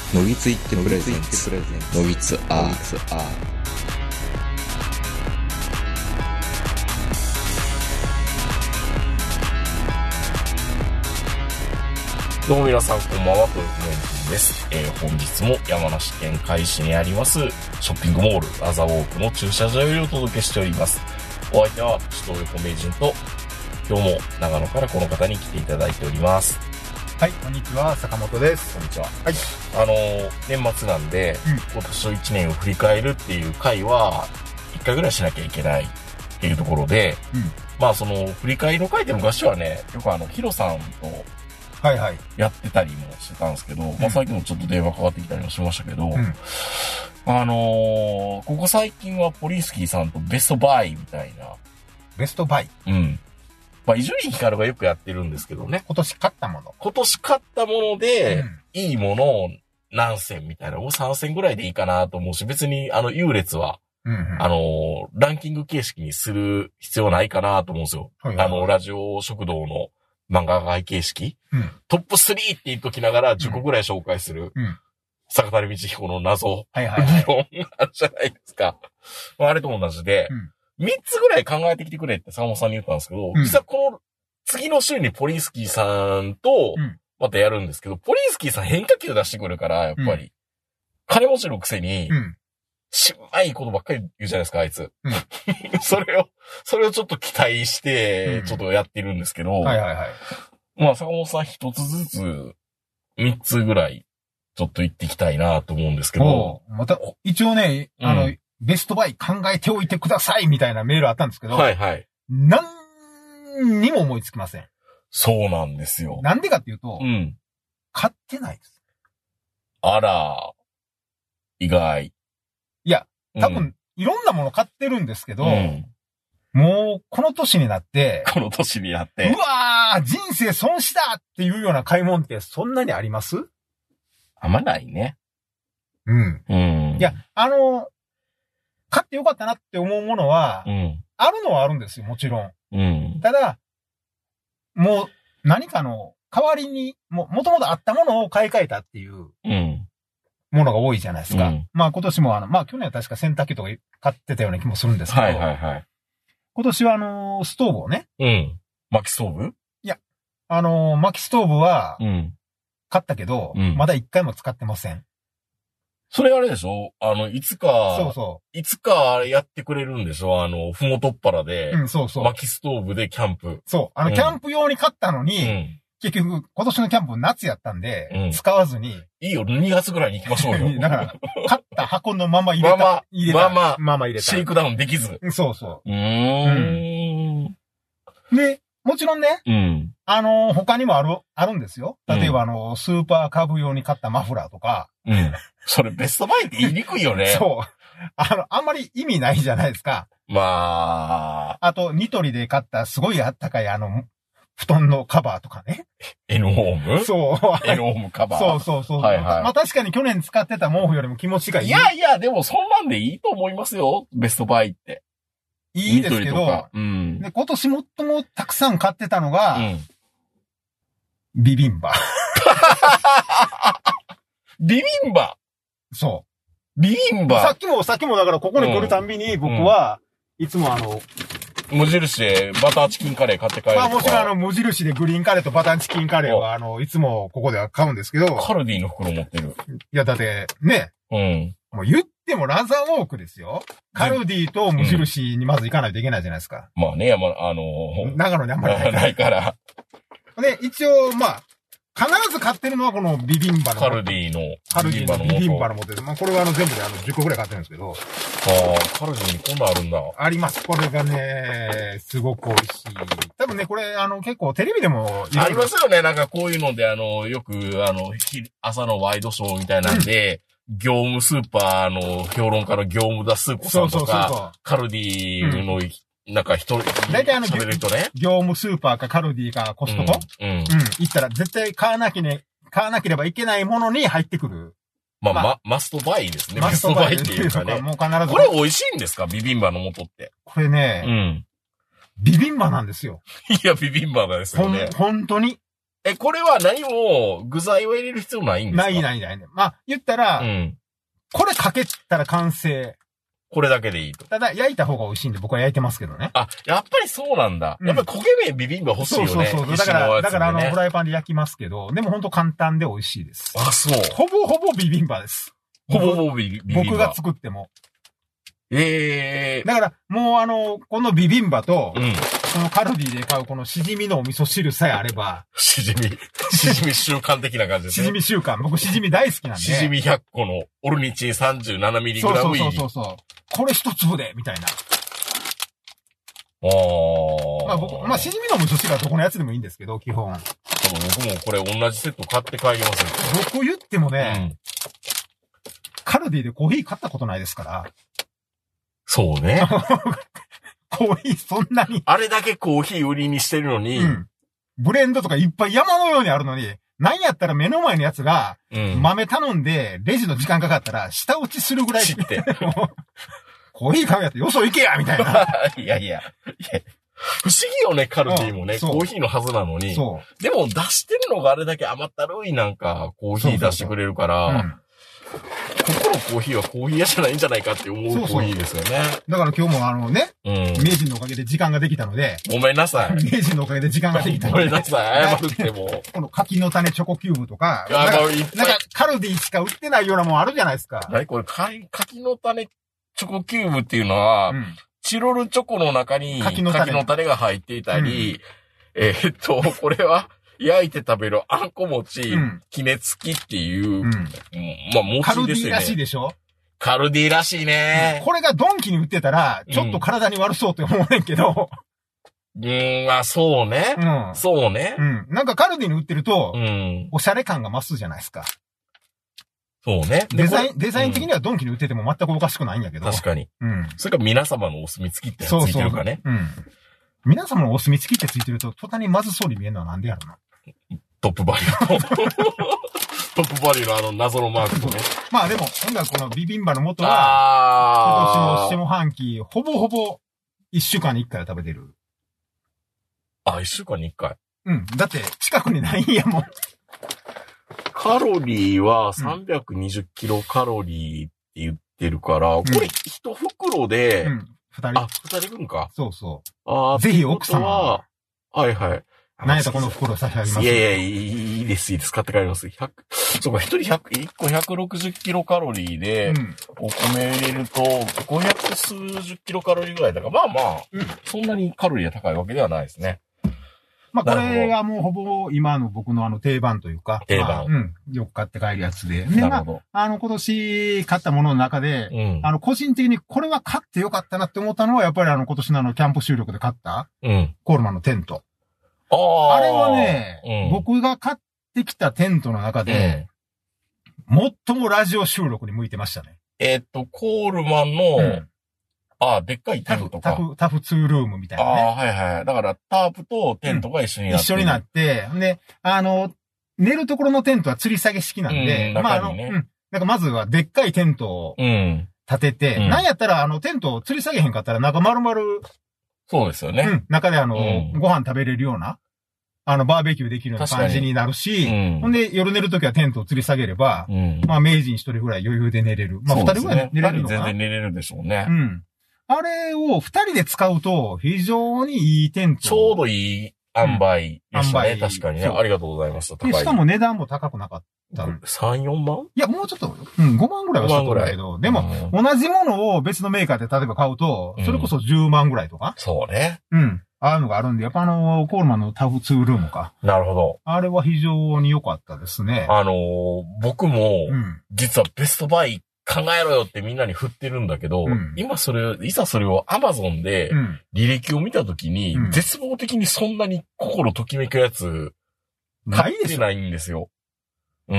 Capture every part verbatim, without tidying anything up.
のぎついってプレゼンツのぎつアーどうも皆さんこんばんは、ということです、えー、本日も山梨県甲斐市にありますショッピングモールアザウォークの駐車場よりお届けしております。お相手は私と横名人と、今日も長野からこの方に来ていただいております。 はい、こんにちは、坂本です。 こんにちは。 はい。 あのー、年末なんで、うん、今年のいちねんを振り返るっていう回はいっかいぐらいしなきゃいけないっていうところで、うん、まあその振り返りの回で昔はね、よくあのヒロさんとはいはいやってたりもしてたんですけど、うん、まあ最近もちょっと電話かかってきたりもしましたけど、うん、あのー、ここ最近はポリンスキーさんとベストバイみたいな。 ベストバイうん。まあ、伊集院光がよくやってるんですけどね。 今年買ったもの。 今年買ったもので、うん、いいものを何戦みたいな、もうさん戦ぐらいでいいかなと思うし、別にあの優劣は、うんうん、あの、ランキング形式にする必要ないかなと思うんですよ。はいはいはい、あの、ラジオ食堂の漫画買い形式、うん、トップスリーって言っときながらじゅっこぐらい紹介する、うん、坂谷道彦の謎、はいはいはい、議論があるじゃないですか。まあ、あれと同じで、うん三つぐらい考えてきてくれって坂本さんに言ったんですけど、うん、実はこの次の週にポリンスキーさんとまたやるんですけど、うん、ポリンスキーさん変化球出してくるから、やっぱり、うん、金持ちのくせに、うん、しんまいことばっかり言うじゃないですか、あいつ。うん、それを、それをちょっと期待して、ちょっとやってるんですけど、うん、はいはいはい。まあ坂本さん一つずつ、三つぐらい、ちょっと言っていきたいなと思うんですけど。 また、一応ね、あの、うんベストバイ考えておいてくださいみたいなメールあったんですけど。はいはい。何にも思いつきません。 そうなんですよ。 なんでかっていうと、うん。買ってないです。 あら、意外。 いや、多分、うん、いろんなもの買ってるんですけど、うん、もう、この年になって、 この年になって。 うわー人生損したっていうような買い物ってそんなにあります？ あんまないね。 うん。うん。いや、あの、買ってよかったなって思うものは、うん、あるのはあるんですよ、もちろん。うん、ただ、もう何かの代わりに、も、もともとあったものを買い替えたっていうものが多いじゃないですか。うん、まあ今年もあの、まあ去年は確か洗濯機とか買ってたような気もするんですけど、はいはいはい、今年はあの、ストーブをね。 うん。薪ストーブ？ いや、あの、薪ストーブは、買ったけど、うん、まだ一回も使ってません。 それあれでしょあの、いつか、そうそう。いつかやってくれるんでしょあの、ふもとっぱらで、うん、そうそう。薪ストーブでキャンプ。 そう。あの、うん、キャンプ用に買ったのに、うん、結局、今年のキャンプ夏やったんで、うん、使わずに。 いいよ、にがつぐらいに行きましょうよ。 だから、買った箱のまま入れた。まま、入れたまま、 まま入れた。 シェイクダウンできず。 そうそう。うーん。で、もちろんね、うん、あのー、他にもある、あるんですよ。例えば、あのー、スーパーカブ用に買ったマフラーとか。 うん。それベストバイって言いにくいよね。 そう。あの、あんまり意味ないじゃないですか。 まあ。 あと、ニトリで買ったすごいあったかいあの、布団のカバーとかね。 N ホームそう。 N ホームカバー。 そうそうそう。はいはい。まあ確かに去年使ってた毛布よりも気持ちがいい。 いやいや、でもそんなんでいいと思いますよ。ベストバイって。 いいですけど、うん、で今年最もたくさん買ってたのが、うん、ビビンバ。 ビビンバそう。 ビビンバさっきも、さっきもだからここに来るたんびに僕は、いつもあの、 無印でバターチキンカレー買って帰るとか。 まあもちろんあの、無印でグリーンカレーとバターチキンカレーはあの、いつもここでは買うんですけど。 カルディの袋持ってる。 いやだって、ね。うん。もう言ってもラザーウォークですよ。カルディと無印にまず行かないといけないじゃないですか。 うん、まあね、まあ、あのー、 長野にあんまりないから。 ないから。 で、一応、まあ、必ず買ってるのはこのビビンバの。 カルディの。 カルディのビビンバの持ってる。まあこれはあの全部であのじゅっこぐらい買ってるんですけど。 ああ、カルディにこんなあるんだ。 あります。これがね、すごく美味しい。多分ね、これあの結構テレビでもありますよね。なんかこういうのであの、よくあの、朝のワイドショーみたいなんで、うん業務スーパーの評論家の業務だスーパーさんとか、そうそうそうそうカルディの、うん、なんか一人、 大体あの、業務スーパーかカルディかコストコ、うん、うん。うん。行ったら絶対買わなきゃね、買わなければいけないものに入ってくる。 まあ、まあ、マストバイですね。マストバイっていうかね。 もう必ず。 これ美味しいんですかビビンバの素って。 これね、うん。ビビンバなんですよ。 いや、ビビンバですよね。 ほん、本当に。 え、これは何も具材を入れる必要ないんですか？ ないないないね。まあ、言ったら、うん、これかけたら完成。 これだけでいいと。 ただ、焼いた方が美味しいんで僕は焼いてますけどね。 あ、やっぱりそうなんだ。うん、やっぱり焦げ目ビビンバ欲しいよね。 そうそうそう。だから、ね、だからあの、フライパンで焼きますけど、でもほんと簡単で美味しいです。 あ、そう。 ほぼほぼビビンバです。 ほぼほぼビビンバ。 僕が作っても。 ええー。 だから、もうあの、このビビンバと、うん、このカルディで買うこのしじみのお味噌汁さえあれば。 しじみ、しじみ習慣的な感じですね。 しじみ習慣。僕しじみ大好きなんで。 しじみひゃっこのオルニチン さんじゅうななミリグラム 入り。 そうそうそうそう。これ一粒で、みたいな。 ああ。 まあ僕、まあしじみの味噌汁はどこのやつでもいいんですけど、基本。 僕もこれ同じセット買って帰りますよ。 どこ言ってもね、うん、カルディでコーヒー買ったことないですから。 そうね。 コーヒーそんなに。 あれだけコーヒー売りにしてるのに、うん、 ブレンドとかいっぱい山のようにあるのに、なんやったら目の前のやつが、豆頼んで、レジの時間かかったら、下打ちするぐらいで、コーヒー買うやつよそ行けやみたいな。 いやいや。いや不思議よね、カルディもね、コーヒーのはずなのに。そう。でも出してるのがあれだけ甘ったるいなんか、コーヒー出してくれるから、そうそうそう、うん、ここのコーヒーはコーヒー屋じゃないんじゃないかって思うコーヒーですよね。そうそう、 だから今日もあのね、うん、名人のおかげで時間ができたので。 ごめんなさい。 名人のおかげで時間ができたので。 ごめんなさい。謝るっても。 この柿の種チョコキューブとか、なんか、なんかカルディしか売ってないようなもんあるじゃないですか。 何これ、柿の種チョコキューブっていうのは、うん、チロルチョコの中に柿の 種, 柿の種が入っていたり、うん、えー、っと、これは焼いて食べるあんこ餅、うん、きねつきっていう、うん、まあ餅ですよね。 カルディらしいでしょ？ カルディらしいね。 これがドンキに売ってたら、ちょっと体に悪そうって思うねんけど。 うん、うん、まあそうね。うん。そうね。 うん。なんかカルディに売ってると、うん、おしゃれ感が増すじゃないですか。 そうね。 デザイン、デザイン的にはドンキに売ってても全くおかしくないんやけど。 確かに。うん。それから皆様のお墨付きってついてるかね。 そうそう。うん。皆様のお墨付きってついてると、途端にまずそうに見えるのはなんでやろな。 トップバリューの。トップバリューのあの謎のマークとね。 まあでも、今度はこのビビンバの元は、今年の下半期、ほぼほぼ一週間に一回は食べてる。 あ、一週間に一回。 うん。だって、近くにないんやもん。 カロリーはさんびゃくにじゅっキロカロリーって言ってるから、うん、これ一袋で、うん、二人。あ、二人分か。 そうそう。ああ、ぜひ奥様は。 はいはい。 何やったらこの袋差し上げます。 いやいや、いいです、いいです。買って帰ります。ひゃく、そうか、一人百、一個ひゃくろくじゅっキロカロリーで、うん、お米入れると、ごひゃくすうじゅっキロカロリーぐらいだから、まあまあ、うん、そんなにカロリーが高いわけではないですね。 まあこれがもうほぼ今の僕のあの定番というか。 定番。 まあ、うん。よく買って帰るやつで。で、まあ、あの今年買ったものの中で、うん、あの個人的にこれは買ってよかったなって思ったのは、やっぱりあの今年のあのキャンプ収録で買った、うん、コールマンのテント。ああ。あれはね、うん、僕が買ってきたテントの中で、うん、最もラジオ収録に向いてましたね。 えー、っと、コールマンの、うんああ、でっかいテントか。 タフ、タフツールームみたいなね。 ああ、はいはい。だから、タープとテントが一緒になって、 うん、一緒になって、で、あの、寝るところのテントは吊り下げ式なんで、うん、まあ、あの、うん。なんかまずはでっかいテントを立てて、うん、なんやったらあのテントを吊り下げへんかったら中丸々、 そうですよね。うん。 中であの、うん、ご飯食べれるような、あの、バーベキューできるような感じになるし、うん、ほんで、夜寝るときはテントを吊り下げれば、うん、まあ、名人一人ぐらい余裕で寝れる。まあ、二人ぐらい寝れるのかな。 全然寝れるでしょうね。 うん。あれを二人で使うと非常にいいテント。 ちょうどいい塩梅でしたね。うん、確かにね。ありがとうございました。 高い。しかも値段も高くなかった。 さん、よんまんいや、もうちょっと、うん、ごまんぐらいはしたと思うけど、でも、うん、同じものを別のメーカーで例えば買うと、それこそじゅうまんぐらいとか。 うん、そうね。 うん。ああいうのがあるんで、やっぱあの、コールマンのタフツールームか。 なるほど。 あれは非常に良かったですね。 あのー、僕も、うん、実はベストバイ考えろよってみんなに振ってるんだけど、うん、今それ、いざそれを Amazon で履歴を見たときに、うん、絶望的にそんなに心ときめくやつ、 ないでしょ。 ないんですよ。うん。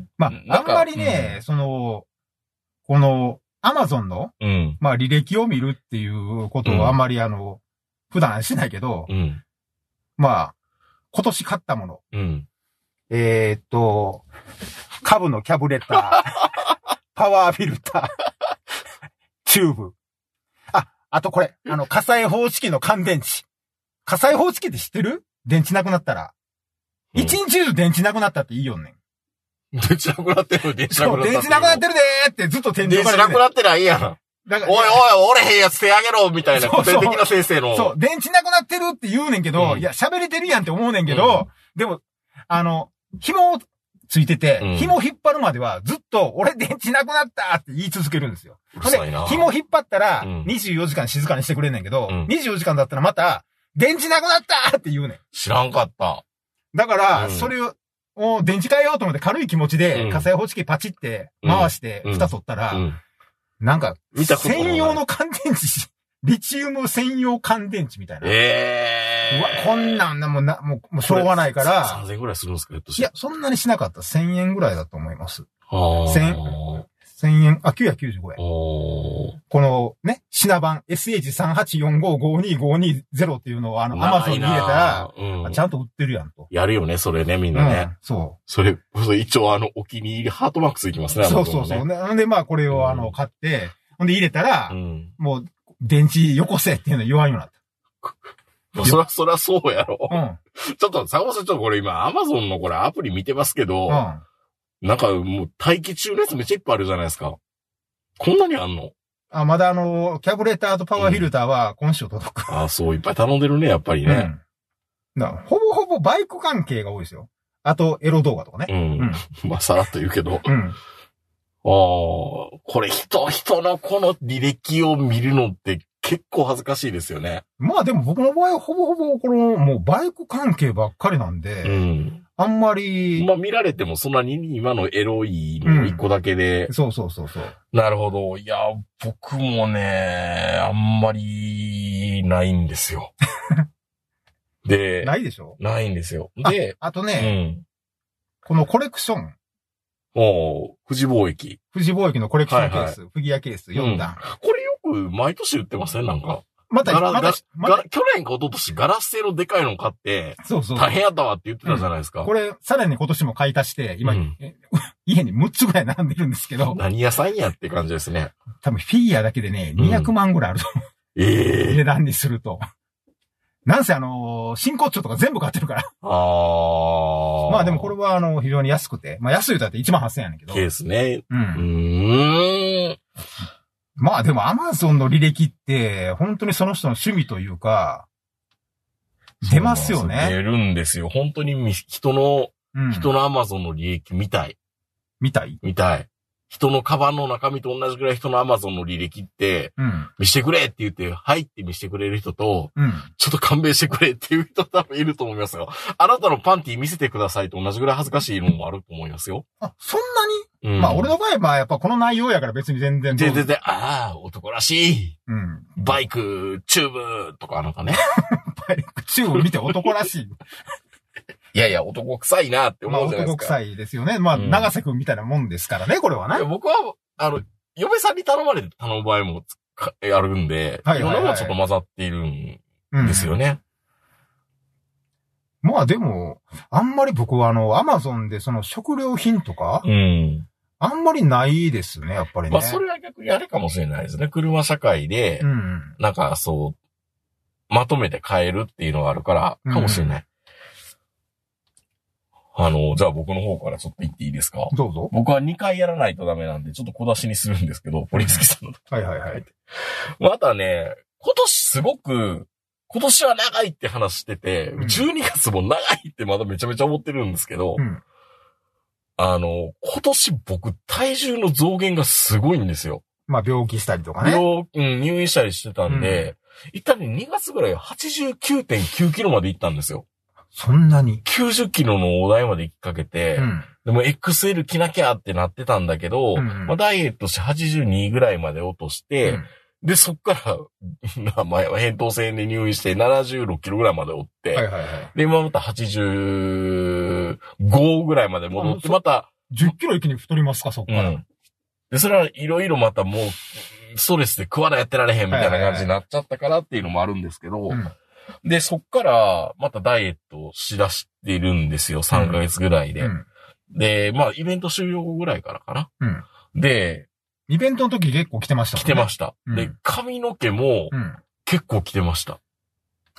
まあ、あんまりね、うん、その、この Amazon の、うん、まあ履歴を見るっていうことをあんまりあの、うん、普段しないけど、うん、まあ、今年買ったもの。うん、えー、っと、株のキャブレッター。パワーフィルター。チューブ。あ、あとこれ。あの、火災報知器の乾電池。火災報知器って知ってる？電池なくなったら。 一日中電池なくなったっていいよねん。電池なくなってる、電池なくなってる。 電池なくなってるでーってずっと天井電池なくなってないやん。だからおいおい、折れへんやつ手あげろみたいな古典的な先生の。 そう、電池なくなってるって言うねんけど、うん、いや、喋れてるやんって思うねんけど、うん、でも、あの、紐ついてて、うん、紐引っ張るまではずっと、俺電池なくなったって言い続けるんですよ。で、紐引っ張ったら、にじゅうよじかん静かにしてくれんねんけど、うん、にじゅうよじかんだったらまた、電池なくなったって言うねん。 知らんかった。 だから、うん、それを、電池変えようと思って軽い気持ちで、火災報知器パチって回して、蓋取ったら、うんうんなんか、専用の乾電池、リチウム専用乾電池みたいな。ええー。うわ、こんなんな、もうな、もう、もうしょうがないから。 さんぜんえんぐらいするんですか？いや、そんなにしなかった。せんえんぐらいだと思います。はあ。千、千円、あ、きゅうひゃくきゅうじゅうごえん。おこのね、品番 エスエイチさんはちよんごごにごにゼロ っていうのをあの、アマゾンに入れたら、うん、ちゃんと売ってるやんと。 やるよね、それね、みんなね。うん、 そう。 それ、一応あの、お気に入りハートマークついてますね、 そうそうそう。なんで、まあ、これをあの、買って、ほんで入れたら、うん、もう、電池よこせっていうの言わんようになった。 そら、そらそうやろ。うん、ちょっと、坂本さん、ちょっとこれ今、アマゾンのこれアプリ見てますけど、うん、なんかもう待機中のやつめっちゃいっぱいあるじゃないですか。こんなにあんの？ あ、まだあの、キャブレターとパワーフィルターは今週届く。 うん、あ、そう、いっぱい頼んでるね、やっぱりね。 うん。だほぼほぼバイク関係が多いですよ。あと、エロ動画とかね。 うん。うん、まあ、さらっと言うけど。うん。ああ、これ人、人のこの履歴を見るのって結構恥ずかしいですよね。 まあでも僕の場合はほぼほぼこの、もうバイク関係ばっかりなんで、うん。あんまり。 まあ見られてもそんなに今のエロいの一個だけで、 うん。そうそうそうそう。 なるほど。いや、僕もね、あんまりないんですよ。で、 ないでしょ？ ないんですよ。で、 あ、あとね、うん、このコレクション。 お富士貿易。 富士貿易のコレクションケース、はいはい、フィギュアケースよんだん、うん。 これよく毎年売ってません？なんか。 また、また、 また、去年か一昨年ガラス製のでかいの買って、そうそう。大変やったわって言ってたじゃないですか。 うん、これ、さらに今年も買い足して、今、うん、家にむっつぐらい並んでるんですけど。 何屋さんやって感じですね。 多分フィギュアだけでね、にひゃくまんぐらいあると思う。うん、ええー。値段にすると。なんせあのー、真骨頂とか全部買ってるから。ああ。まあでもこれはあの、非常に安くて。まあ安い歌っていちまんはっせんえんやねんけど。 ケースね。うん。うーん。 まあでもアマゾンの履歴って、本当にその人の趣味というか、出ますよね。 出るんですよ。本当に人の、うん、人のアマゾンの履歴見たい。 見たい？ 見たい。人のカバンの中身と同じぐらい人のアマゾンの履歴って、うん、見してくれって言って、はいって見してくれる人と、うん、ちょっと勘弁してくれっていう人多分いると思いますよ。あなたのパンティ見せてくださいと同じぐらい恥ずかしいのもあると思いますよ。 あ、そんなに、うん、まあ俺の場合はやっぱこの内容やから別に全然。 全然、ああ、男らしい。うん。バイク、チューブとかなんかね。 バイク、チューブ見て男らしい。 いやいや、男臭いなって思うじゃないですか。 まあ、男臭いですよね。まあ、うん、長瀬くんみたいなもんですからね、これはね。 僕は、あの、嫁さんに頼まれて頼む場合もあるんで、はいはいはい、いろんなもちょっと混ざっているんですよね。 うん、まあでも、あんまり僕はあの、アマゾンでその食料品とか、うん、あんまりないですね、やっぱりね。 まあそれは逆にあれかもしれないですね。車社会で、うん、なんかそう、まとめて買えるっていうのがあるから、かもしれない。うんあの、じゃあ僕の方からちょっと言っていいですか？ どうぞ。 僕はにかいやらないとダメなんで、ちょっと小出しにするんですけど、ポリスキさんの。 はいはいはい。 またね、今年すごく、今年は長いって話してて、うん、じゅうにがつも長いってまだめちゃめちゃ思ってるんですけど、うん、あの、今年僕体重の増減がすごいんですよ。 まあ病気したりとかね。 病、うん、入院したりしてたんで、うん、一旦ね、にがつぐらい はちじゅうきゅうてんきゅうキロまで行ったんですよ。 そんなに ? きゅうじゅっキロのお題まで行きかけて、うん、でも エックスエル 着なきゃってなってたんだけど、うんうん、まあ、ダイエットしてはちじゅうにぐらいまで落として、うん、で、そっから、まあ、扁桃腺で入院してななじゅうろっキロぐらいまで折って、はいはいはい、で、今またはちじゅうごぐらいまで戻って、また、 じゅっキロ一気に太りますか、そっから。うん、 で、それはいろいろまたもう、ストレスで食わなやってられへんみたいな感じになっちゃったからっていうのもあるんですけど、うんで、そっから、またダイエットをしだしているんですよ、さんかげつぐらいで。うん、で、まあ、イベント終了後ぐらいからかな。うん、で、 イベントの時結構来てましたもんね。 来てました。うん、で、髪の毛も、結構来てました。 ほう。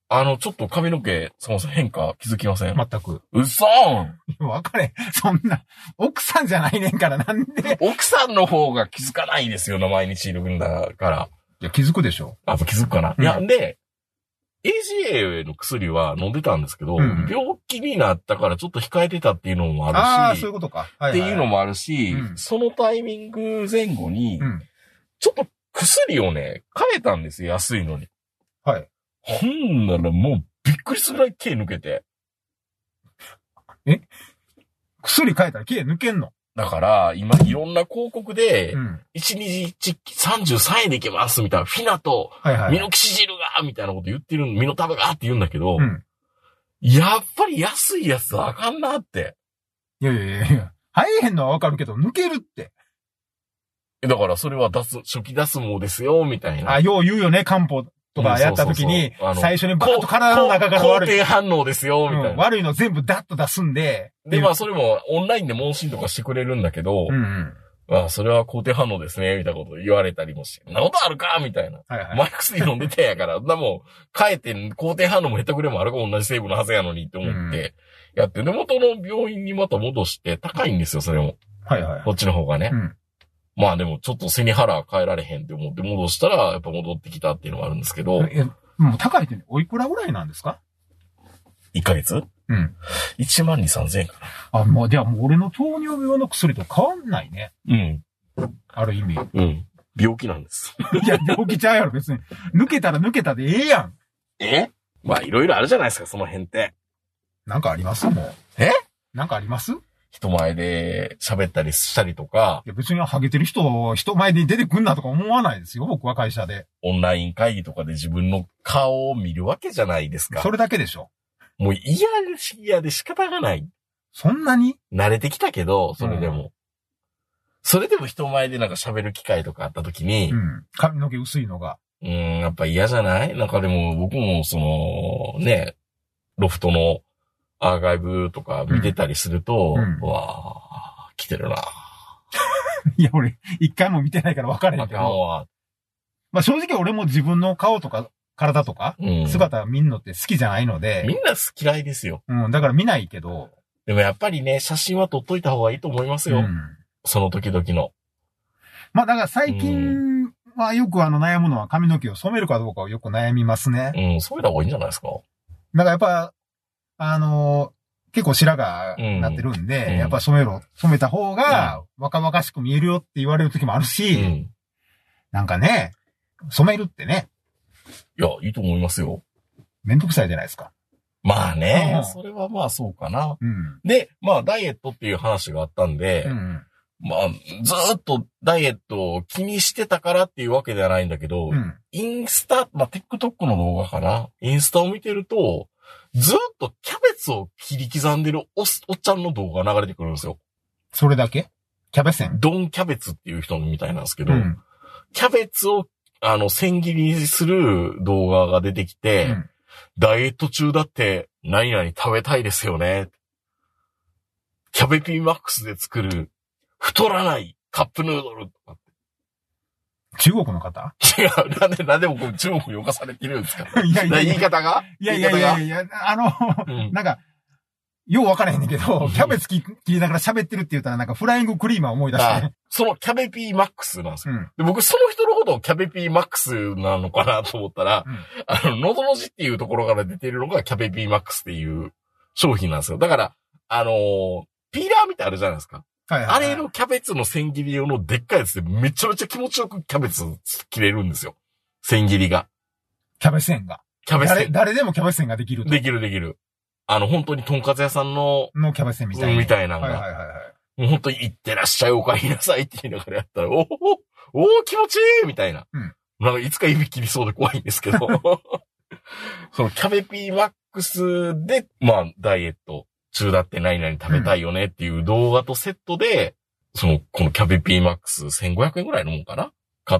あの、ちょっと髪の毛、そもそも変化気づきません？ 全く。 うそーんわかれ。そんな、奥さんじゃないねんから、なんで。 奥さんの方が気づかないですよな、毎日いるんだから。 いや、気づくでしょ。 あ、気づくかな。うん、いや、で、エージーエー の薬は飲んでたんですけど、うん、病気になったからちょっと控えてたっていうのもあるし、 ああ、そういうことか。 はいはいはい、っていうのもあるし、うん、そのタイミング前後に、うん、ちょっと薬をね、変えたんですよ、安いのに。 はい。 ほんならもうびっくりするぐらい毛抜けて。 え？薬変えたら毛抜けんの？ だから、今いろんな広告で、うん、いちにちさんじゅうさんえんでいけますみたいな、フィナと、ミノキシジルがみたいなこと言ってる、ミノタブがって言うんだけど、うん、やっぱり安いやつはあかんなって。 いやいやいやいや、生えへんのはわかるけど、抜けるって。 だからそれは脱、初期脱毛ですよ、みたいな。 あ、よう言うよね、漢方とかやった時に、最初にバーッと体の中から悪い。 肯定反応ですよ、みたいな、うん。 悪いの全部ダッと出すんで。 で、まあそれもオンラインで問診とかしてくれるんだけど、うんうん、まあそれは肯定反応ですね、みたいなこと言われたりもして、そんなことあるかみたいな。はいはい、前薬飲んでたんやから、なもう、かえって肯定反応も下手くれもあるか同じ成分のはずやのにって思って、やって、で、元の病院にまた戻して高いんですよ、それも。はいはい。こっちの方がね。うん、まあでもちょっと背に腹変えられへんって思って戻したら、やっぱ戻ってきたっていうのがあるんですけど。 え、もう高いっておいくらぐらいなんですか？ いっかげつ？うん。いちまんにせんさんぜんえんかな。あ、もう、じゃあもう俺の糖尿病の薬と変わんないね。うん。ある意味。 うん。病気なんです。 いや、病気ちゃうやろ、別に。抜けたら抜けたでええやん。 え？まあ、いろいろあるじゃないですか、その辺って。 なんかありますもう。 え？ なんかあります？ 人前で喋ったりしたりとか。 いや、別にハゲてる人、人前で出てくんなとか思わないですよ、僕は会社で。 オンライン会議とかで自分の顔を見るわけじゃないですか。 それだけでしょ。 もう嫌でし嫌で仕方がない。 そんなに？ 慣れてきたけど、それでも。うん、それでも人前でなんか喋る機会とかあった時に。 うん。髪の毛薄いのが。 うん、やっぱ嫌じゃないなんかでも僕もその、ね、ロフトのアーカイブとか見てたりすると、うんうん、うわー、来てるな。 いや、俺、一回も見てないから分かれへんけど。まあ正直俺も自分の顔とか、体とか、うん、姿見んのって好きじゃないので。 みんな嫌いですよ。 うん、だから見ないけど。 でもやっぱりね、写真は撮っといた方がいいと思いますよ。うん、その時々の。 まあだから最近はよくあの悩むのは髪の毛を染めるかどうかをよく悩みますね。 うん、染めた方がいいんじゃないですか。だからやっぱ、あのー、結構白がなってるんで、うん、やっぱ染めろ、染めた方が若々しく見えるよって言われる時もあるし、うん、なんかね、染めるってね。 いや、いいと思いますよ。 めんどくさいじゃないですか。 まあね、うん、それはまあそうかな。うん、で、まあダイエットっていう話があったんで、うん、まあずーっとダイエットを気にしてたからっていうわけではないんだけど、うん、インスタ、まあ TikTok の動画かな。インスタを見てると、ずーっとキャベツを切り刻んでるおっ、おっちゃんの動画が流れてくるんですよ。 それだけ？キャベセン？ ドンキャベツっていう人みたいなんですけど、うん、キャベツをあの、千切りにする動画が出てきて、うん、ダイエット中だって何々食べたいですよね。キャベピーマックスで作る太らないカップヌードルとかって。 中国の方？ 違う。なんで、なんでも中国に侵されてるんですか？ いやいやいや言い方がいやいやいやいや、あの、うん、なんか、よう分からへんねんけど、キャベツ切りながら喋ってるって言ったらなんかフライングクリーマー思い出して。 そのキャベピーマックスなんですよ。うん、で僕その人のことをキャベピーマックスなのかなと思ったら、うん、あの、喉の字っていうところから出てるのがキャベピーマックスっていう商品なんですよ。だから、あのー、ピーラーみたいあるじゃないですか。はいはいはい、あれのキャベツの千切り用のでっかいやつでめちゃめちゃ気持ちよくキャベツ切れるんですよ。千切りが。 キャベセンが。 キャベセン。 誰、誰でもキャベセンができると。 できるできる。あの、本当にとんかつ屋さんの。 のキャベセンみたいな。 みたいなのが。はいはいはいはい。もう本当に行ってらっしゃいお帰りなさいって言いながらやったら、おおおお気持ちいいみたいな。うん。なんかいつか指切りそうで怖いんですけど。そのキャベピーマックスで、まあ、ダイエット中だって何々食べたいよねっていう動画とセットで、うん、その、このキャベピーマックスせんごひゃくえんぐらいのもんかな買って、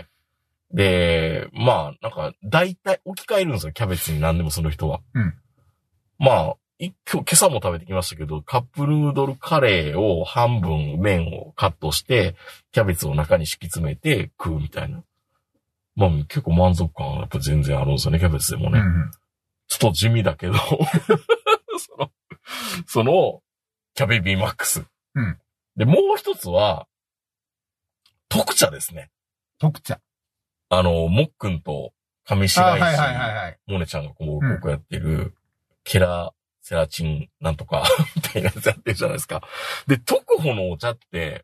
で、まあ、なんか、だいたい置き換えるんですよ、キャベツに何でもその人は。うん。まあ、今日、今朝も食べてきましたけど、カップヌードルカレーを半分麺をカットして、キャベツを中に敷き詰めて食うみたいな。まあ結構満足感はやっぱ全然あるんですよね、キャベツでもね。うん、 ちょっと地味だけど、その、その、キャベビーマックス。 うん。 で、もう一つは、特茶ですね。 特茶。 あの、もっくんと上白石、 はいはいはいはい。 モネちゃんがこう、僕やってる、うん、ケラ、セラチン、なんとか、みたいなやつやってるじゃないですか。で、特保のお茶って、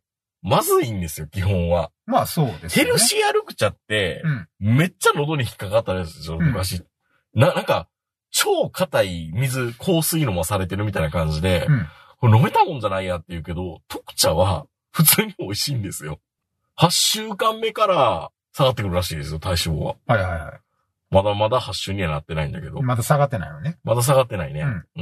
まずいんですよ、基本は。 まあそうですね。ヘルシアルク茶って、うん、めっちゃ喉に引っかかったですよ、昔。うん、な、なんか、超硬い水、香水のもされてるみたいな感じで、うん、これ飲めたもんじゃないやって言うけど、特茶は普通に美味しいんですよ。はちしゅうかんめから下がってくるらしいですよ、体脂肪は。 はいはいはい。 まだまだはち週にはなってないんだけど。 まだ下がってないのね。 まだ下がってないね。うん。うん、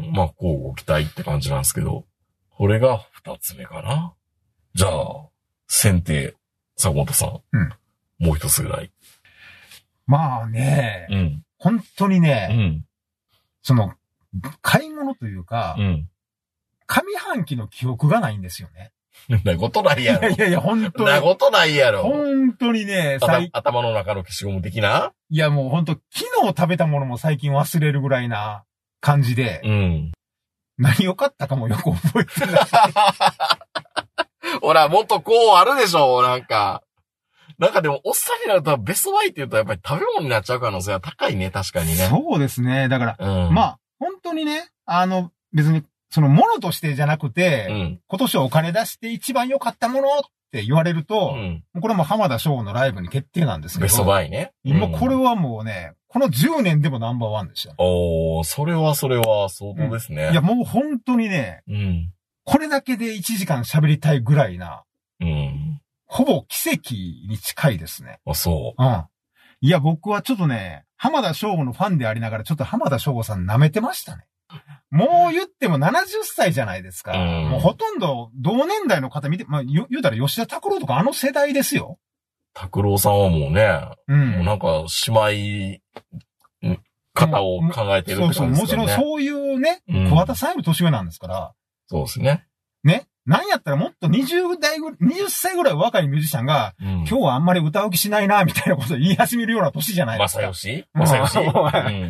まあ、こうご期待って感じなんですけど。これが二つ目かな。じゃあ、選定、坂本さん。うん。もう一つぐらい。 まあね。 うん。 本当にね。 うん。 その、買い物というか。 うん。 上半期の記憶がないんですよね。 なことないやろ。 いやいやいや、本当に。 なことないやろ。 本当にね、 頭の中の消しゴム的ないやもう本当、昨日食べたものも最近忘れるぐらいな感じで。 うん。 何を買ったかもよく覚えてない。 ほら、もっとこうあるでしょ、なんか。なんかでも、おっさんになるとベストバイって言うとやっぱり食べ物になっちゃう可能性は高いね、確かにね。 そうですね。だから、 うん、 まあ、本当にね、あの、別に、そのものとしてじゃなくて、 うん、 今年お金出して一番良かったものって言われると、 うん、 これも浜田省吾のライブに決定なんですけど。 ベストバイね。 うん、今これはもうね、このじゅうねんでもナンバーワンでした。 おー、それはそれは相当ですね。 うん、いやもう本当にね、 うん、 これだけでいちじかん喋りたいぐらいな、 うん、 ほぼ奇跡に近いですね。 あ、そう。 うん。いや僕はちょっとね、浜田省吾のファンでありながらちょっと浜田省吾さん舐めてましたね。もう言ってもななじゅっさいじゃないですか。 うん、 もうほとんど同年代の方見て、まあ、言うたら吉田拓郎とかあの世代ですよ。 拓郎さんはもうね、 うん、 もうなんか姉妹方を考えてるって感じですかね。 そうそう、もちろんそういうね、うん、小畑さんより年上なんですから。 そうですね。 ね。なんやったらもっとにじゅう代ぐらい、にじゅっさいぐらい若いミュージシャンが、うん、今日はあんまり歌う気しないな、みたいなことを言い始めるような年じゃないですか。 まさよしまさよし、うん、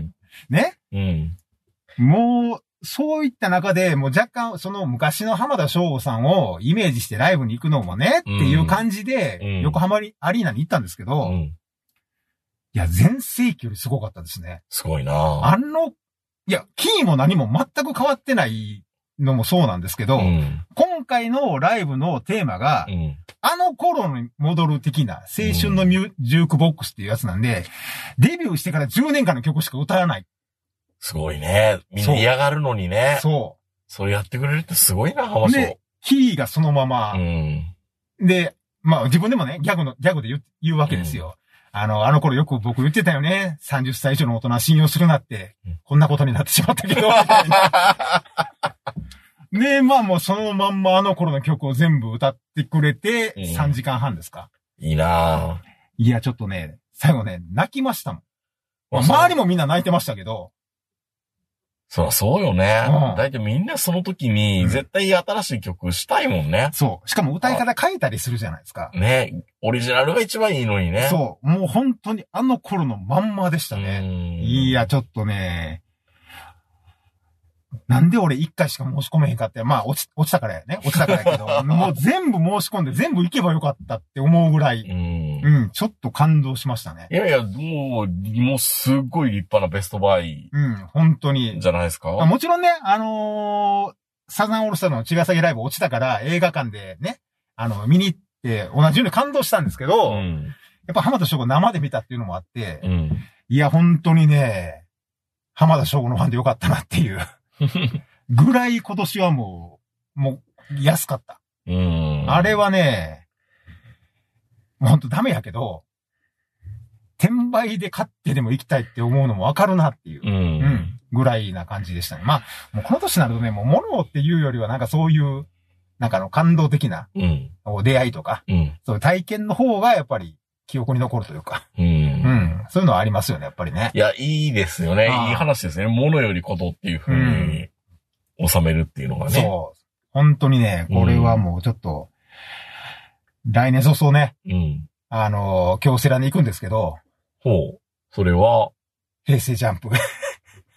ね。 うん。 もう、そういった中で、もう若干、その昔の浜田省吾さんをイメージしてライブに行くのもね、っていう感じで、うん、横浜アリーナに行ったんですけど、うん、いや、全盛期よりすごかったですね。 すごいなあの、いや、キーも何も全く変わってないのもそうなんですけど、うん、今回のライブのテーマが、 うん、 あの頃に戻る的な青春のミュ、うん、ジュークボックスっていうやつなんで、デビューしてからじゅうねんかんの曲しか歌わない。 すごいね。みんな嫌がるのにね。 そう。 それやってくれるってすごいな、浜省。 で、キーがそのまま。 うん、 で、まあ自分でもね、ギャグの、ギャグで言う、言うわけですよ。うん、あの、あの頃よく僕言ってたよね。さんじゅっさい以上の大人は信用するなって、うん、こんなことになってしまったけど、みたいな。で、まあもうそのまんまあの頃の曲を全部歌ってくれて、さんじかんはんですか。 うん、いいなぁ。 いや、ちょっとね、最後ね、泣きましたもん。まあ、周りもみんな泣いてましたけど、 そう、そうよね。うん、だいたいみんなその時に絶対新しい曲したいもんね。 うん、そう。しかも歌い方変えたりするじゃないですか。 ね。オリジナルが一番いいのにね。 そう。もう本当にあの頃のまんまでしたね。いや、ちょっとね。なんで俺一回しか申し込めへんかって、まあ落ち、落ちたからやね。落ちたからやけど、もう全部申し込んで全部行けばよかったって思うぐらい、 うん、 うん、ちょっと感動しましたね。 いやいや、もう、もうすっごい立派なベストバイ。 うん、本当に。 じゃないですか。 もちろんね、あのー、サザンオールスターの茅ヶ崎ライブ落ちたから映画館でね、あの、見に行って同じように感動したんですけど、 うん、 やっぱ浜田省吾生で見たっていうのもあって、 うん、 いや、本当にね、浜田省吾のファンでよかったなっていう。ぐらい今年はもう、もう安かった。 うん、 あれはね、もうほんとダメやけど、転売で買ってでも行きたいって思うのもわかるなっていう、 うんうん、 ぐらいな感じでしたね。まあ、もうこの年になるとね、もう物っていうよりはなんかそういう、なんかの感動的な、 うん、 出会いとか、 うん、 そういう体験の方がやっぱり記憶に残るというか、 うん、うん、 そういうのはありますよね、やっぱりね。 いや、いいですよね。いい話ですね。物よりことっていう風に収めるっていうのがね。 そう。本当にね、これはもうちょっと、うん、来年早々ね、 うん、 あの、京セラに行くんですけど、 ほう。それは、 平成ジャンプ。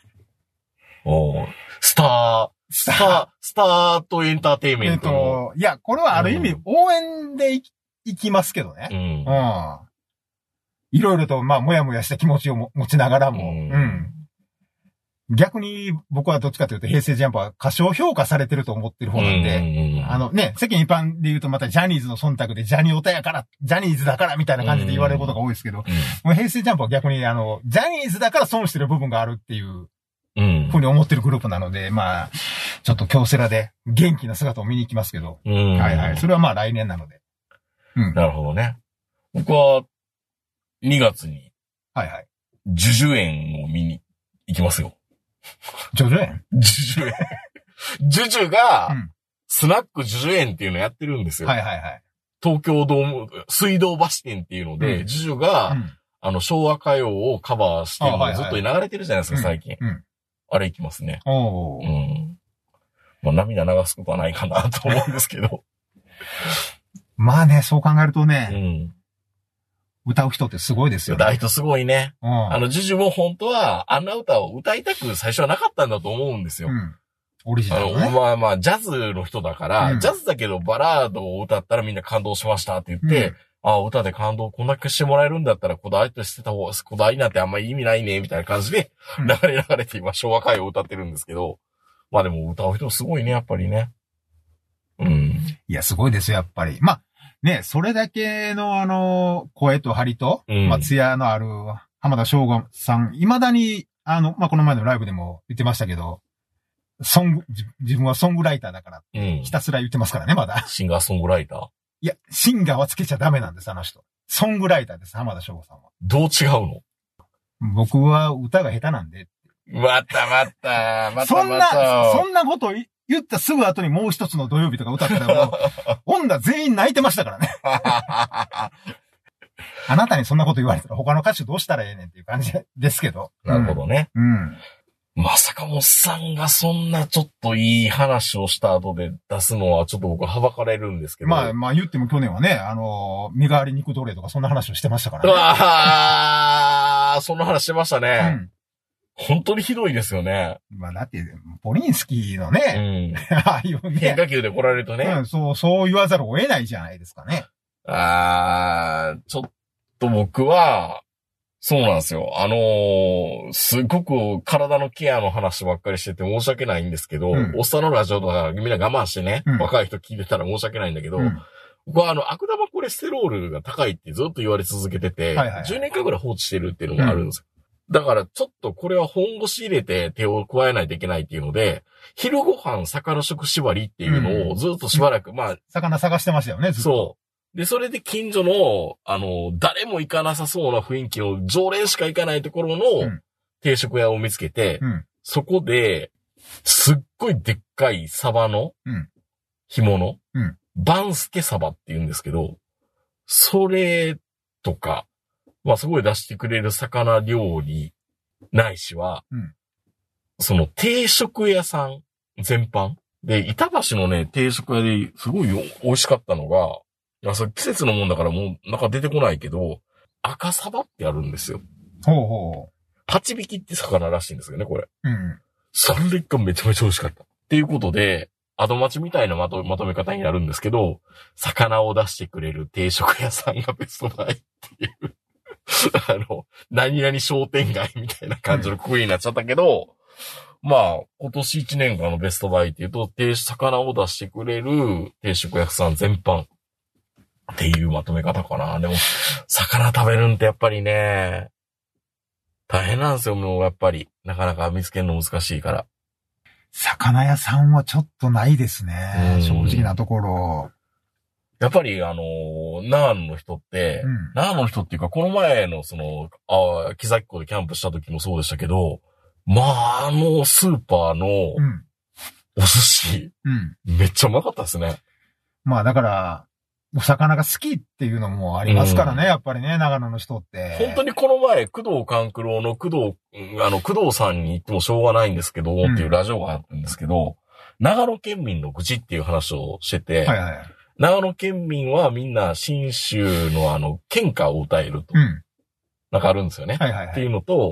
おスター、スター、スターとエンターテイメント。えっと、 いや、これはある意味、応援でいきますけどね。うん。うん。いろいろと、まあ、もやもやした気持ちをも持ちながらも。うん。うん逆に僕はどっちかというと平成ジャンプは過小評価されてると思ってる方なんで、あのね、世間一般で言うとまたジャニーズの忖度でジャニオタやから、ジャニーズだからみたいな感じで言われることが多いですけど、もう平成ジャンプは逆にあの、ジャニーズだから損してる部分があるっていうふうに思ってるグループなので、まあ、ちょっと京セラで元気な姿を見に行きますけど、はいはい。それはまあ来年なので。 うん、なるほどね。僕はにがつに、はいはい。ジュジュ園を見に行きますよ。 ジュジュ園ジュジュ園。ジュジュが、スナックジュジュ園っていうのやってるんですよ。 はいはいはい。 東京ドーム、水道橋店っていうので、うん、ジュジュが、うん、あの、昭和歌謡をカバーしてるのがずっと流れてるじゃないですか、最近。うん、あれ行きますね。おー。うん。まあ、涙流すことはないかなと思うんですけど。 まあね、そう考えるとね、うん歌う人ってすごいですよね。歌う人すごいね。うん、あの、ジュジュも本当は、あんな歌を歌いたく最初はなかったんだと思うんですよ。うん。 オリジナル、ね。 あの、まあまあ、ジャズの人だから、うん、ジャズだけどバラードを歌ったらみんな感動しましたって言って、うん、ああ、歌で感動こんだけしてもらえるんだったら、こだわりとしてた方が、こだわりなんてあんまり意味ないね、みたいな感じで、流れ流れて今、昭和歌謡を歌ってるんですけど、まあでも歌う人すごいね、やっぱりね。うん。 いや、すごいですよ、やっぱり。まあ、ね、それだけのあの、声と張りと、うん、まあ、艶のある浜田省吾さん、未だに、あの、まあ、この前のライブでも言ってましたけど、ソング、自分はソングライターだから、ひたすら言ってますからね、まだ。 シンガーソングライターいや、シンガーはつけちゃダメなんです、あの人。ソングライターです、浜田省吾さんは。 どう違うの？ 僕は歌が下手なんで。 またまた、またまた。 そんな、そんなこと言ったすぐ後にもう一つの土曜日とか歌ったらもう、女全員泣いてましたからね。あなたにそんなこと言われたら他の歌手どうしたらええねんっていう感じですけど。 なるほどね。うん。まさかもっさんがそんなちょっといい話をした後で出すのはちょっと僕はばかれるんですけど。 まあまあ言っても去年はね、あの、身代わり肉奴隷とかそんな話をしてましたからね。 ああ、そんな話してましたね。うん本当にひどいですよね。 まあだって、ポリンスキーのね、うん、ああいうね。 変化球で来られるとね、 うん。そう、そう言わざるを得ないじゃないですかね。 ああ、ちょっと僕は、そうなんですよ。あのー、すごく体のケアの話ばっかりしてて申し訳ないんですけど、うん、おっさんのラジオとかみんな我慢してね、うん、若い人聞いてたら申し訳ないんだけど、うん、僕はあの、悪玉コレステロールが高いってずっと言われ続けてて、はいはいはい、じゅうねんかんぐらい放置してるっていうのがあるんですよ。だからちょっとこれは本腰入れて手を加えないといけないっていうので、昼ご飯魚食縛りっていうのをずっとしばらく、うん、まあ。 魚探してましたよね、ずっと。 そう。で、それで近所の、あの、誰も行かなさそうな雰囲気の常連しか行かないところの定食屋を見つけて、うん、そこで、すっごいでっかいサバの干物、うん、バンスケサバって言うんですけど、それとか、まあ、すごい出してくれる魚料理ないしは、うん、その定食屋さん全般で、板橋のね、定食屋ですごい美味しかったのが、いや、それ季節のもんだからもうなんか出てこないけど、赤サバってあるんですよ。 ほうほう。 八匹って魚らしいんですよね、これ。うん。それがめちゃめちゃ美味しかった。っていうことで、アドマチみたいなまと、まとめ方になるんですけど、魚を出してくれる定食屋さんがベストバイっていう。あの、何々商店街みたいな感じのくくりになっちゃったけど、うん、まあ、今年いちねんかんのベストバイっていうと、定魚を出してくれる定食屋さん全般っていうまとめ方かな。でも、魚食べるんってやっぱりね、大変なんですよ、もうやっぱり。なかなか見つけるの難しいから。 魚屋さんはちょっとないですね。正直なところ。 やっぱりあのー、長野の人って、うん、長野の人っていうか、この前のその、あ木崎湖でキャンプした時もそうでしたけど、まあ、あのスーパーの、お寿司、うん、めっちゃうまかったですね。 まあだから、お魚が好きっていうのもありますからね、うん、やっぱりね、長野の人って。 本当にこの前、工藤官九郎の工藤、あの、工藤さんに言ってもしょうがないんですけど、うん、っていうラジオがあるんですけど、長野県民の愚痴っていう話をしてて、はいはい、長野県民はみんな信州のあの、県歌を歌えると。うん、なんかあるんですよね。はいはいはい、っていうのと、うん、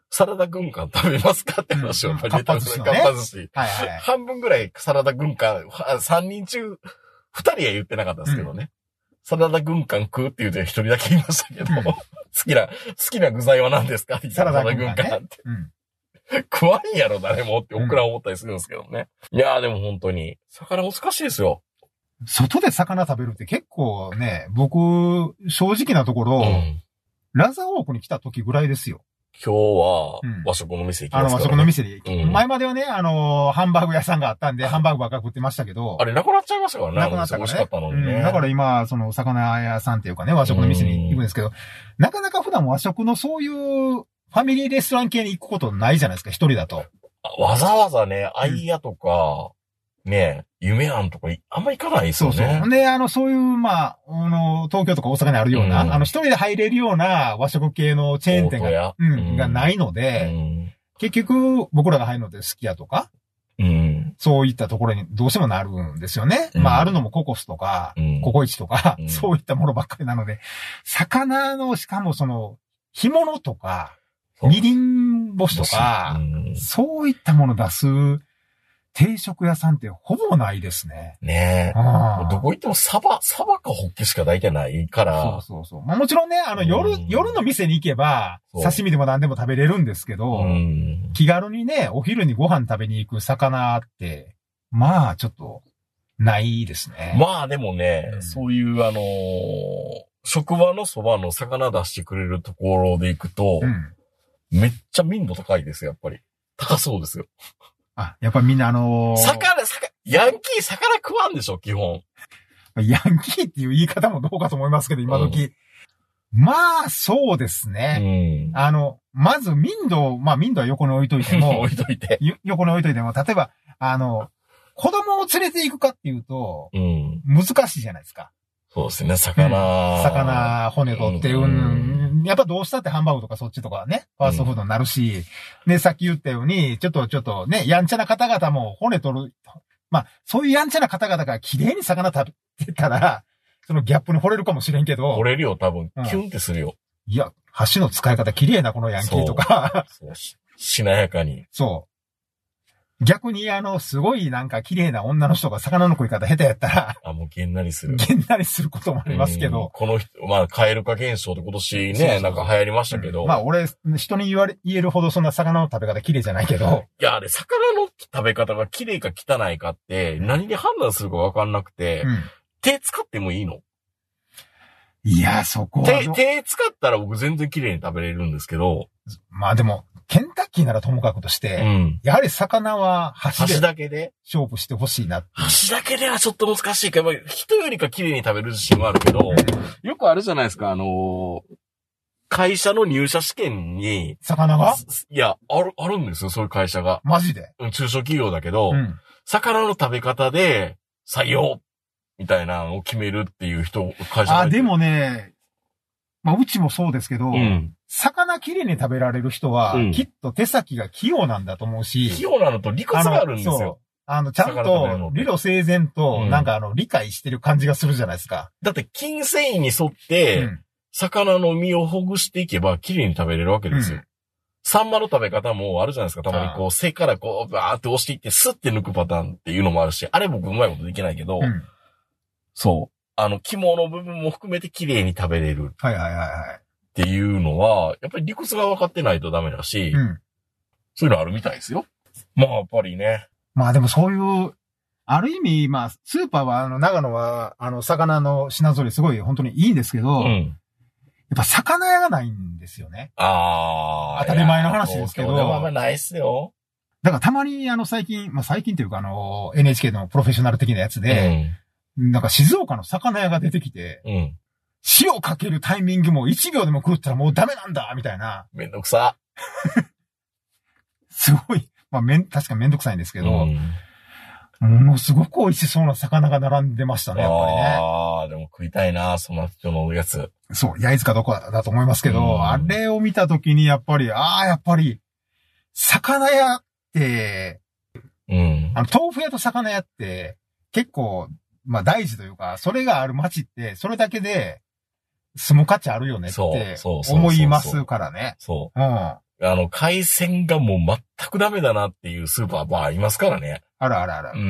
サラダ軍艦食べますかって話をやっぱり出たんですよ。かっぱ寿司。はいはい。半分ぐらいサラダ軍艦、さんにん中、ふたりは言ってなかったですけどね。うん、サラダ軍艦食うって言うて一人だけ言いましたけど、うん、好きな、好きな具材は何ですかって言ったらサラダ軍艦って。うん、食わんやろ誰もって僕ら思ったりするんですけどね。うん、いやーでも本当に、魚難しいですよ。 外で魚食べるって結構ね、僕、正直なところ、うん、ラザーオークに来た時ぐらいですよ。 今日は、和食の店行きますから、ね、 あの、和食の店で、うん、前まではね、あの、ハンバーグ屋さんがあったんで、ハンバーグばっか食ってましたけど。 あれ、なくなっちゃいましたからね。 なくなったからね。 美味しかったのにね。 うん、だから今、その、魚屋さんっていうかね、和食の店に行くんですけど、なかなか普段和食のそういう、ファミリーレストラン系に行くことないじゃないですか、一人だと。 わざわざね、アイヤとか、うん、ね、夢あんとか、あんま行かないですよね。 そうそう。で、あの、そういう、まあ、あの、東京とか大阪にあるような、うん、あの、一人で入れるような和食系のチェーン店が、うん、がないので、うん、結局、僕らが入るのってすき家とか、うん、そういったところにどうしてもなるんですよね。うん、まあ、あるのもココスとか、うん、ココイチとか、うん、そういったものばっかりなので、魚の、しかもその、干物とか、みりん干しとか、うん、そういったもの出す、定食屋さんってほぼないですね。 ねえ。どこ行ってもサバ、サバかホッケしか大体ないから。 そうそうそう。まあもちろんね、あの夜、うん、夜の店に行けば、刺身でも何でも食べれるんですけど、うん、気軽にね、お昼にご飯食べに行く魚って、まあちょっと、ないですね。 まあでもね、うん、そういうあのー、職場のそばの魚出してくれるところで行くと、うん、めっちゃ民度高いですよ、やっぱり。高そうですよ。 あ、やっぱりみんなあのー、 魚、魚、ヤンキー魚食わんでしょ、基本。 ヤンキーっていう言い方もどうかと思いますけど、今時。うん、まあ、そうですね。うん、あの、まず民度、まあ民度は横に置いといても、 置いといて。 横に置いといても、例えば、あの、子供を連れて行くかっていうと、うん、難しいじゃないですか。 そうですね、魚。 うん、魚、骨取って、うん、やっぱどうしたってハンバーグとかそっちとかね、ファーストフードになるし、うん、で、さっき言ったように、ちょっとちょっとね、やんちゃな方々も骨取る、まあ、そういうやんちゃな方々が綺麗に魚食べてたら、そのギャップに惚れるかもしれんけど。 惚れるよ、多分。キュンってするよ。 うん、いや、箸の使い方綺麗なこのヤンキーとか。 そう。そうしなやかに。 そう。逆にあの、すごいなんか綺麗な女の人が魚の食い方下手やったら。 あ、もうげんなりする。 げんなりすることもありますけど。 この人、まあ、カエル化現象って今年ね、そうそうなんか流行りましたけど。うん、 まあ、俺、人に言われ、言えるほどそんな魚の食べ方綺麗じゃないけど。 いや、あれ、魚の食べ方が綺麗か汚いかって、何で判断するかわかんなくて、うん、手使ってもいいの？ いや、そこは。 手、手使ったら僕全然綺麗に食べれるんですけど。 まあでも、ケンタッキーならともかくとして、うん、やはり魚は箸で。 箸だけで勝負してほしいな。 箸だけではちょっと難しいけど、人よりか綺麗に食べる自信はあるけど、うん、よくあるじゃないですか、あのー、会社の入社試験に。 魚がいや、ある、あるんですよ、そういう会社が。 マジで中小企業だけど、うん、魚の食べ方で採用みたいなのを決めるっていう人、会社が。 あ、でもね、まあ、うちもそうですけど、うん、魚きれいに食べられる人は、うん、きっと手先が器用なんだと思うし。 器用なのと理屈があるんですよ。 あの、ちゃんと、理路整然と、なんかあの、理解してる感じがするじゃないですか。 だって、筋繊維に沿って、うん、魚の身をほぐしていけば、きれいに食べれるわけですよ。うん、サンマの食べ方もあるじゃないですか。たまにこう、背からこう、バーって押していって、スッて抜くパターンっていうのもあるし、あれ僕うまいことできないけど、うん、そう。あの、肝の部分も含めてきれいに食べれる。 はいはいはいはい。 っていうのは、やっぱり理屈が分かってないとダメだし、うん、そういうのあるみたいですよ。まあ、やっぱりね。 まあでもそういう、ある意味、まあ、スーパーは、あの、長野は、あの、魚の品揃えすごい本当にいいんですけど、うん、やっぱ魚屋がないんですよね。 ああ。 当たり前の話ですけど。 でもあんまないっすよ。 だからたまに、あの、最近、まあ最近というか、あの、エヌエイチケー のプロフェッショナル的なやつで、うん、なんか静岡の魚屋が出てきて、うん塩かけるタイミングもいちびょうでも狂ったらもうダメなんだみたいな。 めんどくさ。 すごい。まあ、めん、確かめんどくさいんですけど、うん、ものすごく美味しそうな魚が並んでましたね、やっぱりね。 ああ、でも食いたいな、その人のやつ。 そう、焼津かどこだと思いますけど、うん、あれを見たときにやっぱり、ああ、やっぱり、魚屋って、うん、あの、豆腐屋と魚屋って、結構、まあ大事というか、それがある街って、それだけで、住む価値あるよねって思いますからね。 そう。うん。 あの、海鮮がもう全くダメだなっていうスーパーバーありますからね。 あらあらあら。 うん。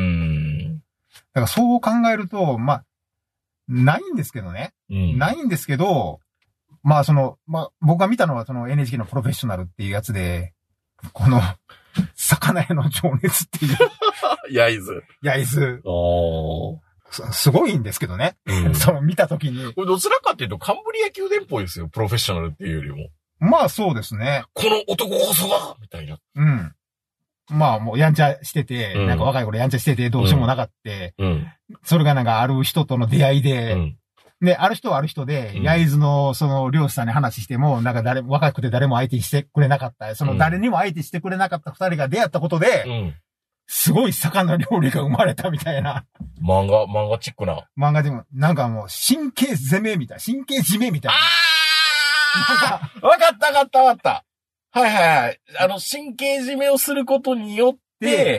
だからそう考えると、まあ、ないんですけどね。うん、ないんですけど、まあその、まあ僕が見たのはその エヌエイチケー のプロフェッショナルっていうやつで、この、魚屋の情熱っていう。 焼津。 焼津。 おー。 すごいんですけどね。うん、その見たときに。 これどちらかっていうとカンブリア宮殿っぽいですよ。プロフェッショナルっていうよりも。 まあそうですね。 この男こそがみたいな。 うん。まあもうやんちゃしてて、うん、なんか若い頃やんちゃしててどうしようもなかった。うん。それがなんかある人との出会いで、うん、で、ある人はある人で、うん、焼津のその漁師さんに話しても、なんか誰、若くて誰も相手してくれなかった。その誰にも相手してくれなかった二人が出会ったことで、うん、すごい魚料理が生まれたみたいな。 漫画、漫画チックな。 漫画でも、なんかもう神経攻めみたいな、神経締めみたいな。 ああわかったわかったわかった。はいはいはい。あの、神経締めをすることによって、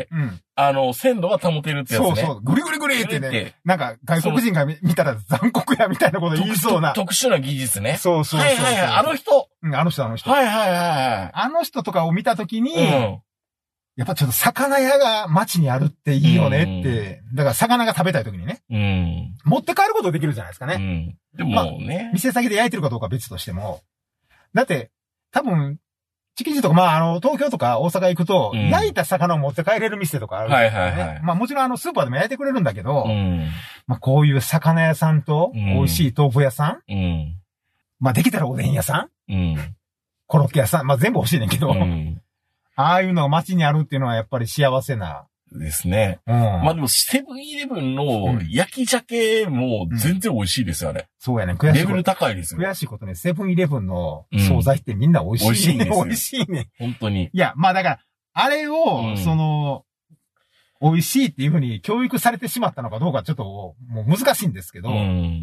うん、あの、鮮度が保てるってやつね。 そうそう。グリグリグリってね。なんか、外国人が見たら残酷やみたいなこと言いそうな。 特殊な技術ね。 そうそうそう。 はいはいはい。あの人。 うん、あの人あの人。 はいはいはい。 あの人とかを見たときに、うん、やっぱちょっと魚屋が街にあるっていいよねって、うん、だから魚が食べたいときにね。うん。持って帰ることできるじゃないですかね。うん。 でもね、 まあ。店先で焼いてるかどうかは別としても。だって、多分、築地とか、まあ、あの、東京とか大阪行くと、うん、焼いた魚を持って帰れる店とかあるんですよね。はいはいはい。まあ、もちろんあの、スーパーでも焼いてくれるんだけど、うん、まあ、こういう魚屋さんと、美味しい豆腐屋さん、うん、まあ、できたらおでん屋さん、うん、コロッケ屋さん、まあ、全部欲しいねんけど、うん、ああいうのが街にあるっていうのはやっぱり幸せな。 ですね。うん。まあでも、セブンイレブンの焼き鮭も全然美味しいですよね。うん、 そうやね。悔しい。 レベル高いですよ。 悔しいことね。セブンイレブンの惣菜ってみんな美味しい、ね。美味しいね。美味しいね。 本当に。 いや、まあだから、あれを、うん、その、美味しいっていうふうに教育されてしまったのかどうかちょっともう難しいんですけど、うん、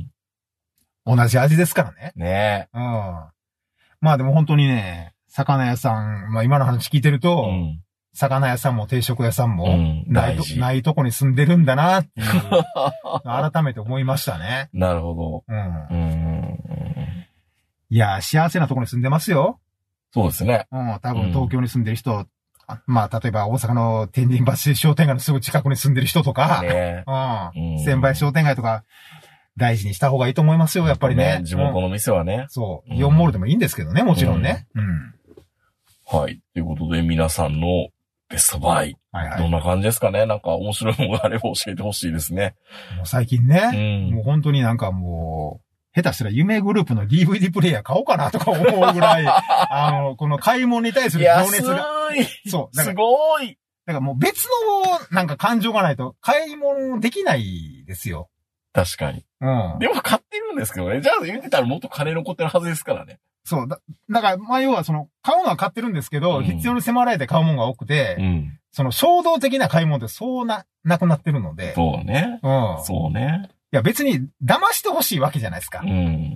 同じ味ですからね。 ねえ。うん。まあでも本当にね、魚屋さん、まあ今の話聞いてると、うん魚屋さんも定食屋さんもない、うん、ないとこに住んでるんだなっていう改めて思いましたね。 なるほど。うん。うんいや、幸せなとこに住んでますよ。 そうですね。 うん。多分東京に住んでる人、うん、まあ例えば大阪の天神橋商店街のすぐ近くに住んでる人とか、ね、うん。千葉商店街とか大事にした方がいいと思いますよ、やっぱりね。ね地元の店はね。 うん、そう。イオンモールでもいいんですけどね、もちろんね。うん。うん、 はい。ということで皆さんのベストバイ。はいはい。どんな感じですかねなんか面白いものがあれば教えてほしいですね。 もう最近ね、うん、もう本当になんかもう、下手したら夢グループの ディーブイディー プレイヤー買おうかなとか思うぐらい、あの、この買い物に対する情熱が。そう。 すごい。 だからもう別のなんか感情がないと買い物できないですよ。 確かに。うん。でも買ってるんですけどね。じゃあ言ってたらもっと金残ってるはずですからね。 そう。だ、だから、まあ、要はその、買うのは買ってるんですけど、うん、必要に迫られて買うものが多くて、うん、その衝動的な買い物ってそうな、なくなってるので。 そうね。うん。そうね。 いや、別に騙してほしいわけじゃないですか。うん。うん。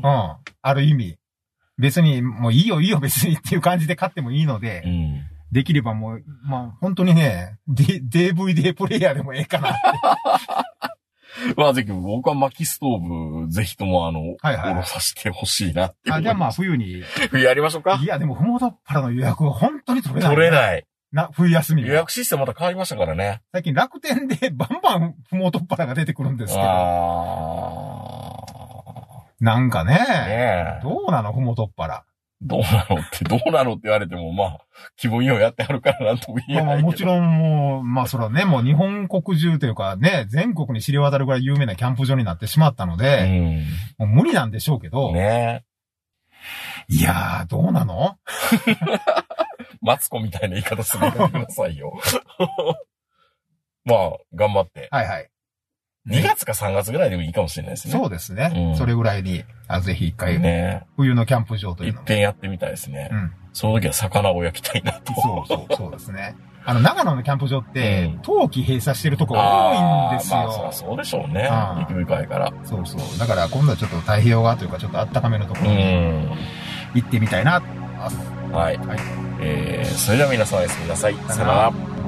ある意味。別に、もういいよいいよ別にっていう感じで買ってもいいので、うん、できればもう、まあ、本当にね、ディーブイディー プレイヤーでもええかなって。 まあ、ぜひ、僕は薪ストーブ、ぜひとも、あの、はいはい、おろさせてほしいなって。 あ、じゃあまあ、冬に。 冬やりましょうか。 いや、でも、ふもとっぱらの予約は本当に取れない、ね。 取れない。 な、冬休み。 予約システムまた変わりましたからね。 最近楽天でバンバンふもとっぱらが出てくるんですけど。あなんかね。ねどうなのふもとっぱら。 どうなのって、どうなのって言われても、まあ、気分ようやってあるからなんとも言えないけど。まあ、 もちろんもう、まあそれはね、もう日本国中というかね、全国に知れ渡るぐらい有名なキャンプ場になってしまったので、うん、もう無理なんでしょうけど。ねいやー、どうなのマツコみたいな言い方するのやめてくださいよ。まあ、頑張って。はいはい。にがつかさんがつぐらいでもいいかもしれないですね。 そうですね。うん、それぐらいに、あぜひ一回、ね、冬のキャンプ場というの一遍やってみたいですね。うん。その時は魚を焼きたいなと。 そうそう、そうですね。あの、長野のキャンプ場って、冬季閉鎖してるとこ多いんですよ。 まあ、そりゃそうでしょうね。雪深いから。 そうそう。だから今度はちょっと太平洋側というか、ちょっと暖かめのところに行ってみたいなと思います。 はい。はい。えー、それでは皆さんおやすみなさい。さよなら。